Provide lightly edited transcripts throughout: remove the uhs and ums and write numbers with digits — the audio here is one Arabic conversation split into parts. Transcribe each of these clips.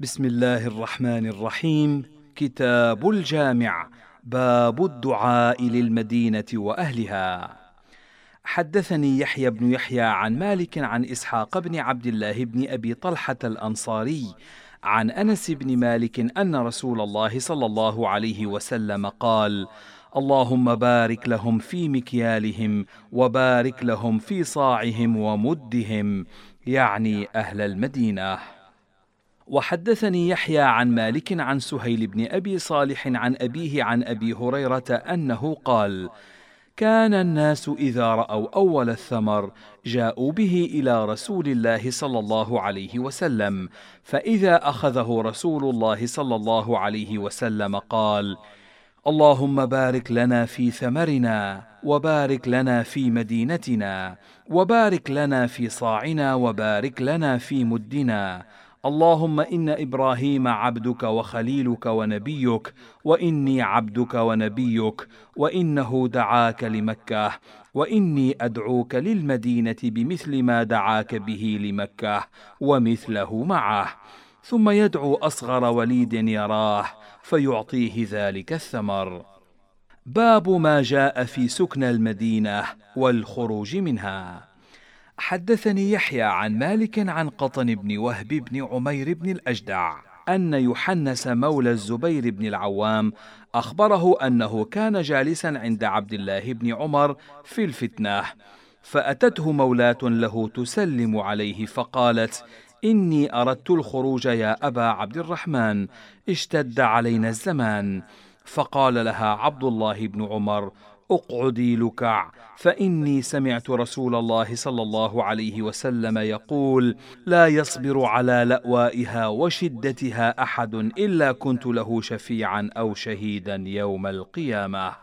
بسم الله الرحمن الرحيم. كتاب الجامع. باب الدعاء للمدينة وأهلها. حدثني يحيى بن يحيى عن مالك عن إسحاق بن عبد الله بن أبي طلحة الأنصاري عن أنس بن مالك أن رسول الله صلى الله عليه وسلم قال: اللهم بارك لهم في مكيالهم وبارك لهم في صاعهم ومدهم، يعني أهل المدينة. وحدثني يحيى عن مالك عن سهيل بن أبي صالح عن أبيه عن أبي هريرة أنه قال: كان الناس إذا رأوا أول الثمر جاءوا به إلى رسول الله صلى الله عليه وسلم، فإذا أخذه رسول الله صلى الله عليه وسلم قال: اللهم بارك لنا في ثمرنا، وبارك لنا في مدينتنا، وبارك لنا في صاعنا، وبارك لنا في مدنا. اللهم إن إبراهيم عبدك وخليلك ونبيك، وإني عبدك ونبيك، وإنه دعاك لمكة، وإني أدعوك للمدينة بمثل ما دعاك به لمكة ومثله معه. ثم يدعو أصغر وليد يراه فيعطيه ذلك الثمر. باب ما جاء في سكن المدينة والخروج منها. حدثني يحيى عن مالك عن قطن بن وهب بن عمير بن الأجدع أن يحنس مولى الزبير بن العوام أخبره أنه كان جالسا عند عبد الله بن عمر في الفتنة، فأتته مولاة له تسلم عليه فقالت: إني أردت الخروج يا أبا عبد الرحمن، اشتد علينا الزمان. فقال لها عبد الله بن عمر: اقعدي لكع، فإني سمعت رسول الله صلى الله عليه وسلم يقول: لا يصبر على لأوائها وشدتها أحد إلا كنت له شفيعا أو شهيدا يوم القيامة.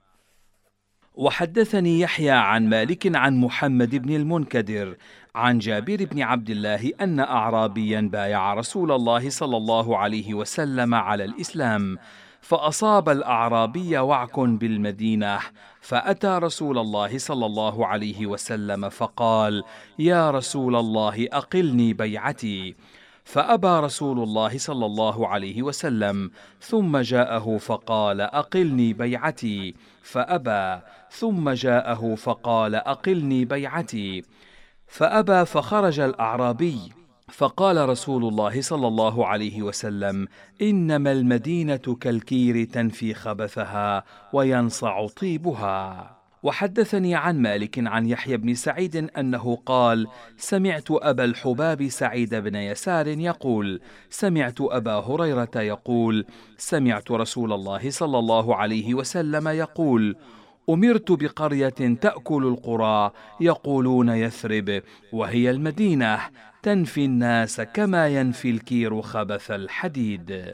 وحدثني يحيى عن مالك عن محمد بن المنكدر عن جابر بن عبد الله أن أعرابيا بايع رسول الله صلى الله عليه وسلم على الإسلام، فأصاب الأعرابي وعك بالمدينة، فأتى رسول الله صلى الله عليه وسلم فقال: يا رسول الله أقلني بيعتي. فأبى رسول الله صلى الله عليه وسلم، ثم جاءه فقال: أقلني بيعتي، فأبى، ثم جاءه فقال: أقلني بيعتي، فأبى، فخرج الأعرابي، فقال رسول الله صلى الله عليه وسلم: إنما المدينة كالكير تنفي خبثها وينصع طيبها. وحدثني عن مالك عن يحيى بن سعيد أنه قال: سمعت أبا الحباب سعيد بن يسار يقول: سمعت أبا هريرة يقول: سمعت رسول الله صلى الله عليه وسلم يقول: أمرت بقرية تأكل القرى يقولون يثرب، وهي المدينة، تنفي الناس كما ينفي الكير خبث الحديد.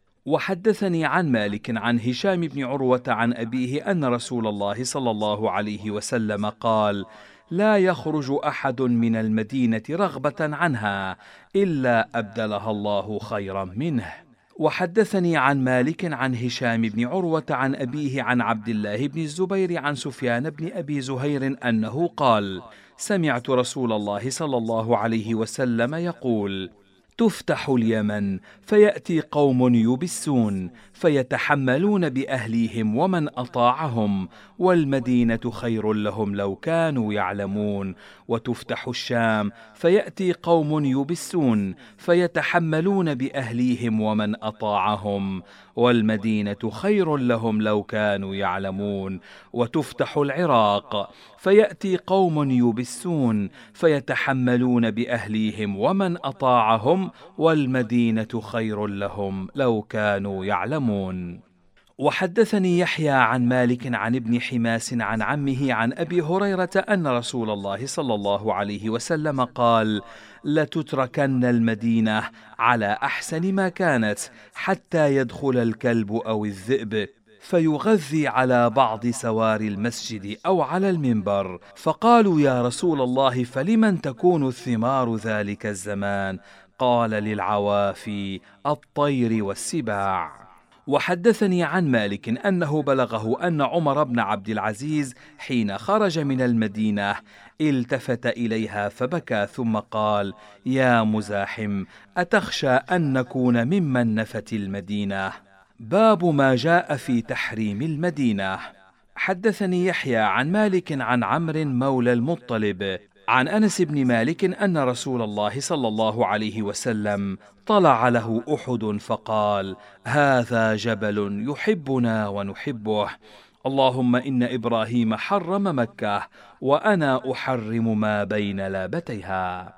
وحدثني عن مالك عن هشام بن عروة عن أبيه أن رسول الله صلى الله عليه وسلم قال: لا يخرج أحد من المدينة رغبة عنها إلا أبدلها الله خيرا منه. وحدثني عن مالك عن هشام بن عروة عن أبيه عن عبد الله بن الزبير عن سفيان بن أبي زهير أنه قال: سمعت رسول الله صلى الله عليه وسلم يقول: تفتح اليمن فيأتي قوم يبسون فيتحملون بأهليهم ومن أطاعهم، والمدينة خير لهم لو كانوا يعلمون. وتفتح الشام فيأتي قوم يبسون فيتحملون بأهليهم ومن أطاعهم، والمدينة خير لهم لو كانوا يعلمون. وتفتح العراق فيأتي قوم يبسون فيتحملون بأهليهم ومن أطاعهم، والمدينة خير لهم لو كانوا يعلمون. وحدثني يحيى عن مالك عن ابن حماس عن عمه عن أبي هريرة أن رسول الله صلى الله عليه وسلم قال: لتتركن المدينة على أحسن ما كانت حتى يدخل الكلب أو الذئب فيغذي على بعض سوار المسجد أو على المنبر. فقالوا: يا رسول الله فلمن تكون الثمار ذلك الزمان؟ قال: للعوافي، الطير والسباع. وحدثني عن مالك أنه بلغه أن عمر بن عبد العزيز حين خرج من المدينة التفت إليها فبكى ثم قال: يا مزاحم، أتخشى أن نكون ممن نفت المدينة؟ باب ما جاء في تحريم المدينة. حدثني يحيى عن مالك عن عمرو مولى المطلب عن أنس بن مالك أن رسول الله صلى الله عليه وسلم طلع له أحد فقال: هذا جبل يحبنا ونحبه، اللهم إن إبراهيم حرم مكة وأنا أحرم ما بين لابتيها.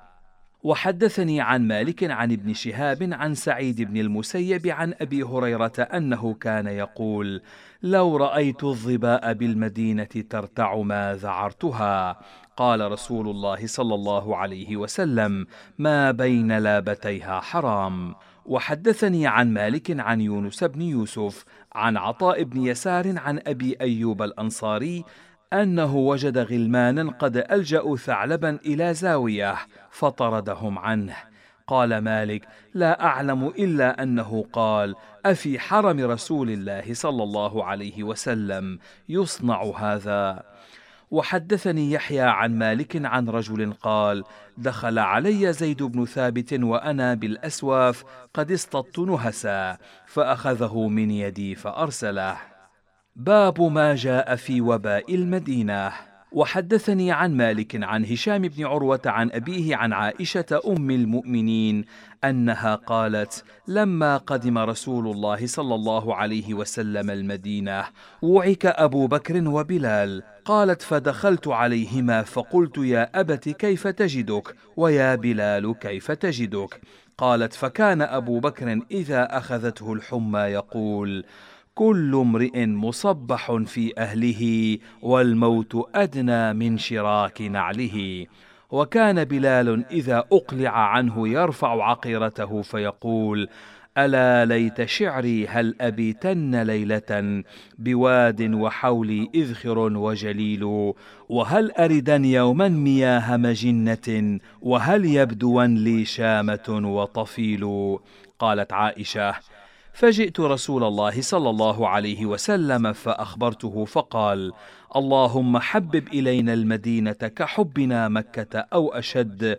وحدثني عن مالك عن ابن شهاب عن سعيد بن المسيب عن أبي هريرة أنه كان يقول: لو رأيت الظباء بالمدينة ترتع ما ذعرتها. قال رسول الله صلى الله عليه وسلم: ما بين لابتيها حرام. وحدثني عن مالك عن يونس بن يوسف عن عطاء بن يسار عن أبي أيوب الأنصاري أنه وجد غلمانا قد ألجأوا ثعلبا إلى زاوية فطردهم عنه. قال مالك: لا أعلم إلا أنه قال: أفي حرم رسول الله صلى الله عليه وسلم يصنع هذا؟ وحدثني يحيى عن مالك عن رجل قال: دخل علي زيد بن ثابت وأنا بالأسواف قد اصطدت نهسا فأخذه من يدي فأرسله. باب ما جاء في وباء المدينة. وحدثني عن مالك عن هشام بن عروة عن أبيه عن عائشة أم المؤمنين أنها قالت: لما قدم رسول الله صلى الله عليه وسلم المدينة وعك أبو بكر وبلال. قالت: فدخلت عليهما فقلت: يا أبت كيف تجدك؟ ويا بلال كيف تجدك؟ قالت: فكان أبو بكر إذا أخذته الحمى يقول: كل امرئ مصبح في أهله والموت أدنى من شراك نعله. وكان بلال إذا أقلع عنه يرفع عقيرته فيقول: ألا ليت شعري هل أبيتن ليلة بواد وحولي إذخر وجليل، وهل أردن يوما مياه مجنة، وهل يبدون لي شامة وطفيل. قالت عائشة: فجئت رسول الله صلى الله عليه وسلم فأخبرته فقال: اللهم حبب إلينا المدينة كحبنا مكة أو أشد،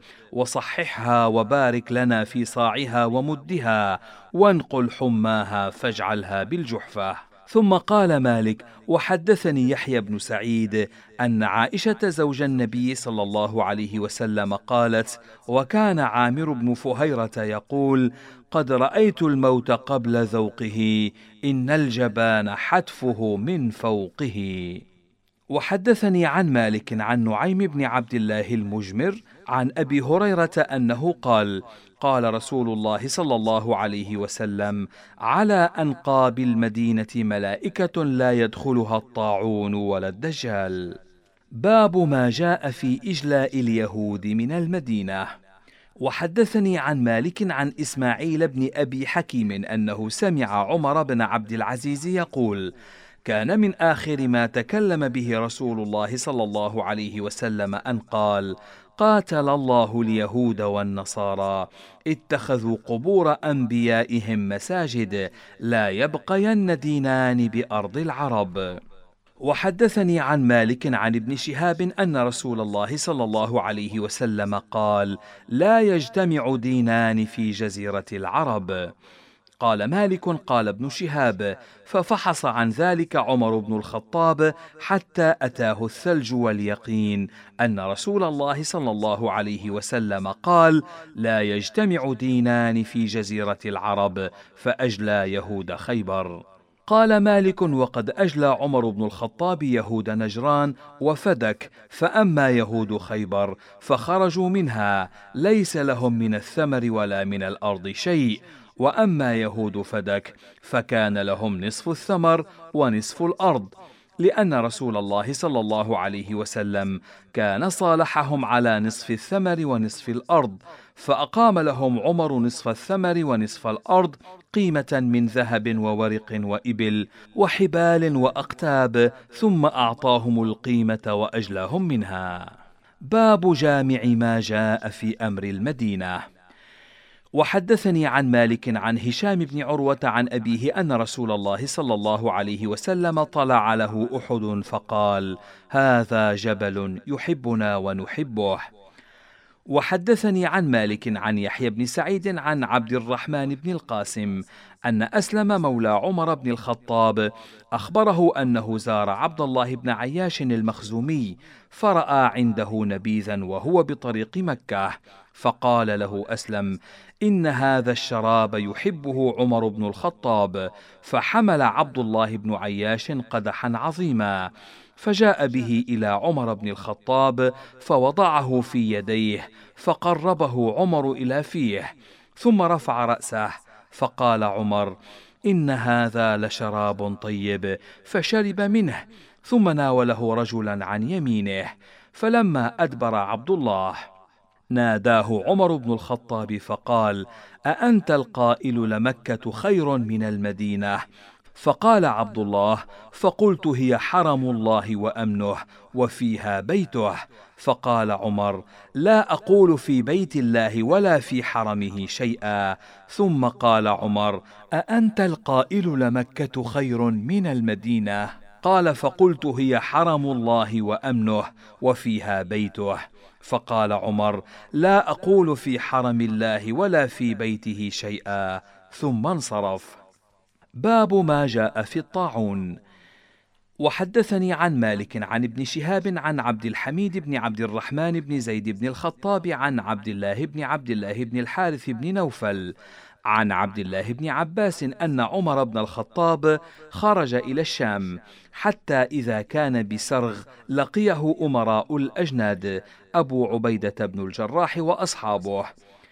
وصححها وبارك لنا في صاعها ومدها، وانقل حماها فاجعلها بالجحفة. ثم قال مالك: وحدثني يحيى بن سعيد أن عائشة زوج النبي صلى الله عليه وسلم قالت: وكان عامر بن فهيرة يقول: قد رأيت الموت قبل ذوقه، إن الجبان حتفه من فوقه. وحدثني عن مالك عن نعيم بن عبد الله المجمر عن أبي هريرة أنه قال: قال رسول الله صلى الله عليه وسلم: على أنقاب المدينة ملائكة لا يدخلها الطاعون ولا الدجال. باب ما جاء في إجلاء اليهود من المدينة. وحدثني عن مالك عن إسماعيل بن أبي حكيم أنه سمع عمر بن عبد العزيز يقول: كان من آخر ما تكلم به رسول الله صلى الله عليه وسلم أن قال: قاتل الله اليهود والنصارى اتخذوا قبور أنبيائهم مساجد، لا يبقين دينان بأرض العرب. وحدثني عن مالك عن ابن شهاب أن رسول الله صلى الله عليه وسلم قال: لا يجتمع دينان في جزيرة العرب. قال مالك: قال ابن شهاب: ففحص عن ذلك عمر بن الخطاب حتى أتاه الثلج واليقين أن رسول الله صلى الله عليه وسلم قال: لا يجتمع دينان في جزيرة العرب، فأجلى يهود خيبر. قال مالك: وقد أجلى عمر بن الخطاب يهود نجران وفدك، فأما يهود خيبر فخرجوا منها ليس لهم من الثمر ولا من الأرض شيء، وأما يهود فدك فكان لهم نصف الثمر ونصف الأرض، لأن رسول الله صلى الله عليه وسلم كان صالحهم على نصف الثمر ونصف الأرض، فأقام لهم عمر نصف الثمر ونصف الأرض قيمة من ذهب وورق وإبل وحبال وأقتاب، ثم أعطاهم القيمة وأجلاهم منها. باب جامع ما جاء في أمر المدينة. وحدثني عن مالك عن هشام بن عروة عن أبيه أن رسول الله صلى الله عليه وسلم طلع له أحد فقال: هذا جبل يحبنا ونحبه. وحدثني عن مالك عن يحيى بن سعيد عن عبد الرحمن بن القاسم أن أسلم مولى عمر بن الخطاب أخبره أنه زار عبد الله بن عياش المخزومي فرأى عنده نبيذا وهو بطريق مكة، فقال له أسلم: إن هذا الشراب يحبه عمر بن الخطاب. فحمل عبد الله بن عياش قدحا عظيما فجاء به إلى عمر بن الخطاب فوضعه في يديه، فقربه عمر إلى فيه، ثم رفع رأسه فقال عمر: إن هذا لشراب طيب، فشرب منه، ثم ناوله رجلا عن يمينه. فلما أدبر عبد الله ناداه عمر بن الخطاب فقال: أأنت القائل لمكة خير من المدينة؟ فقال عبد الله: فقلت هي حرم الله وأمنه وفيها بيته. فقال عمر: لا أقول في بيت الله ولا في حرمه شيئا. ثم قال عمر: أأنت القائل لمكة خير من المدينة؟ قال: فقلت هي حرم الله وأمنه وفيها بيته. فقال عمر: لا أقول في حرم الله ولا في بيته شيئا، ثم انصرف. باب ما جاء في الطاعون. وحدثني عن مالك عن ابن شهاب عن عبد الحميد بن عبد الرحمن بن زيد بن الخطاب عن عبد الله بن الحارث بن نوفل عن عبد الله بن عباس أن عمر بن الخطاب خرج إلى الشام، حتى إذا كان بسرغ لقيه أمراء الأجناد أبو عبيدة بن الجراح وأصحابه،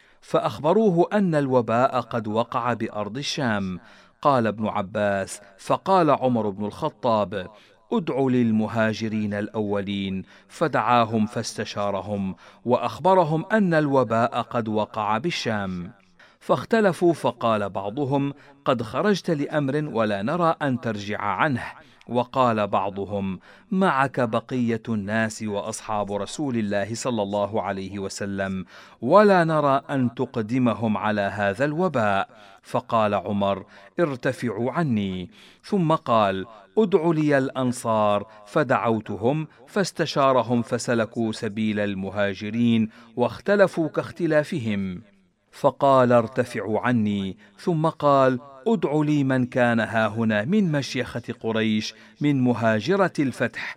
فأخبروه أن الوباء قد وقع بأرض الشام. قال ابن عباس: فقال عمر بن الخطاب: ادع للمهاجرين الأولين، فدعاهم فاستشارهم وأخبرهم أن الوباء قد وقع بالشام. فاختلفوا، فقال بعضهم: قد خرجت لأمر ولا نرى أن ترجع عنه، وقال بعضهم: معك بقية الناس وأصحاب رسول الله صلى الله عليه وسلم، ولا نرى أن تقدمهم على هذا الوباء. فقال عمر: ارتفعوا عني. ثم قال: ادع لي الأنصار، فدعوتهم فاستشارهم فسلكوا سبيل المهاجرين واختلفوا كاختلافهم. فقال: ارتفعوا عني. ثم قال: ادع لي من كان هاهنا من مشيخة قريش من مهاجرة الفتح،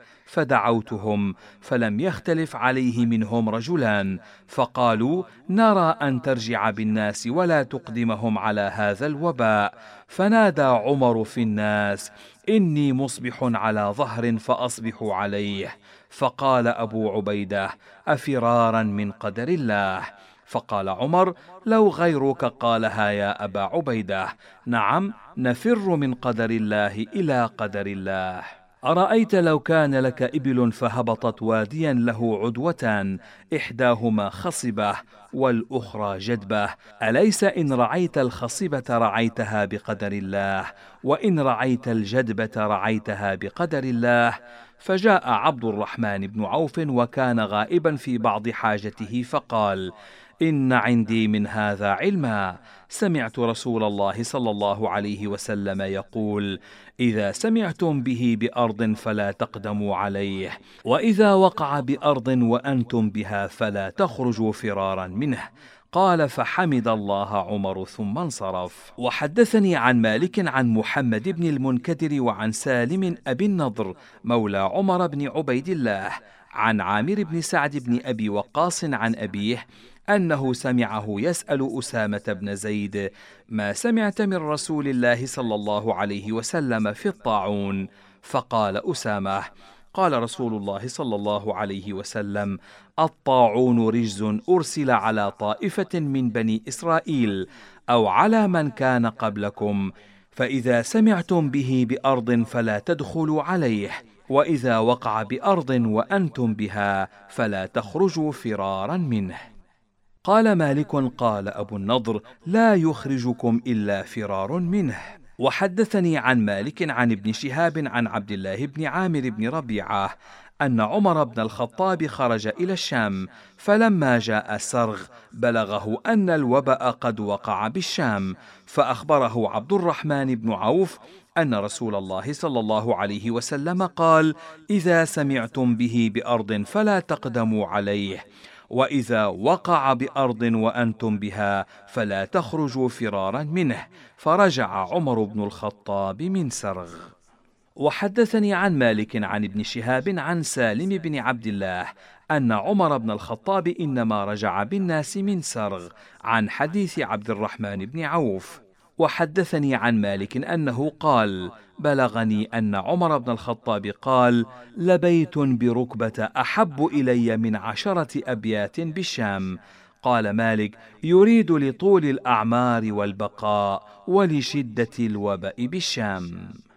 فدعوتهم فلم يختلف عليه منهم رجلان، فقالوا: نرى أن ترجع بالناس ولا تقدمهم على هذا الوباء. فنادى عمر في الناس: إني مصبح على ظهر فأصبح عليه. فقال أبو عبيدة: أفرارا من قدر الله؟ فقال عمر: لو غيرك قالها يا أبا عبيدة. نعم، نفر من قدر الله إلى قدر الله. أرأيت لو كان لك إبل فهبطت واديا له عدوتان، إحداهما خصبة والأخرى جدبة، أليس إن رعيت الخصبة رعيتها بقدر الله، وإن رعيت الجدبة رعيتها بقدر الله؟ فجاء عبد الرحمن بن عوف وكان غائبا في بعض حاجته فقال: إن عندي من هذا علما، سمعت رسول الله صلى الله عليه وسلم يقول: إذا سمعتم به بأرض فلا تقدموا عليه، وإذا وقع بأرض وأنتم بها فلا تخرجوا فرارا منه. قال: فحمد الله عمر ثم انصرف. وحدثني عن مالك عن محمد بن المنكدر وعن سالم أبي النضر مولى عمر بن عبيد الله عن عامر بن سعد بن أبي وقاص عن أبيه أنه سمعه يسأل أسامة بن زيد: ما سمعت من رسول الله صلى الله عليه وسلم في الطاعون؟ فقال أسامة: قال رسول الله صلى الله عليه وسلم: الطاعون رجز أرسل على طائفة من بني إسرائيل أو على من كان قبلكم، فإذا سمعتم به بأرض فلا تدخلوا عليه، وإذا وقع بأرض وأنتم بها فلا تخرجوا فرارا منه. قال مالك: قال أبو النضر: لا يخرجكم إلا فرار منه. وحدثني عن مالك عن ابن شهاب عن عبد الله بن عامر بن ربيعة أن عمر بن الخطاب خرج إلى الشام، فلما جاء سرغ بلغه أن الوبأ قد وقع بالشام، فأخبره عبد الرحمن بن عوف أن رسول الله صلى الله عليه وسلم قال: إذا سمعتم به بأرض فلا تقدموا عليه، وإذا وقع بأرض وأنتم بها فلا تخرجوا فرارا منه. فرجع عمر بن الخطاب من سرغ. وحدثني عن مالك عن ابن شهاب عن سالم بن عبد الله أن عمر بن الخطاب إنما رجع بالناس من سرغ، عن حديث عبد الرحمن بن عوف. وحدثني عن مالك أنه قال: بلغني أن عمر بن الخطاب قال: لبيت بركبة أحب إلي من 10 أبيات بالشام. قال مالك: يريد لطول الأعمار والبقاء ولشدة الوباء بالشام.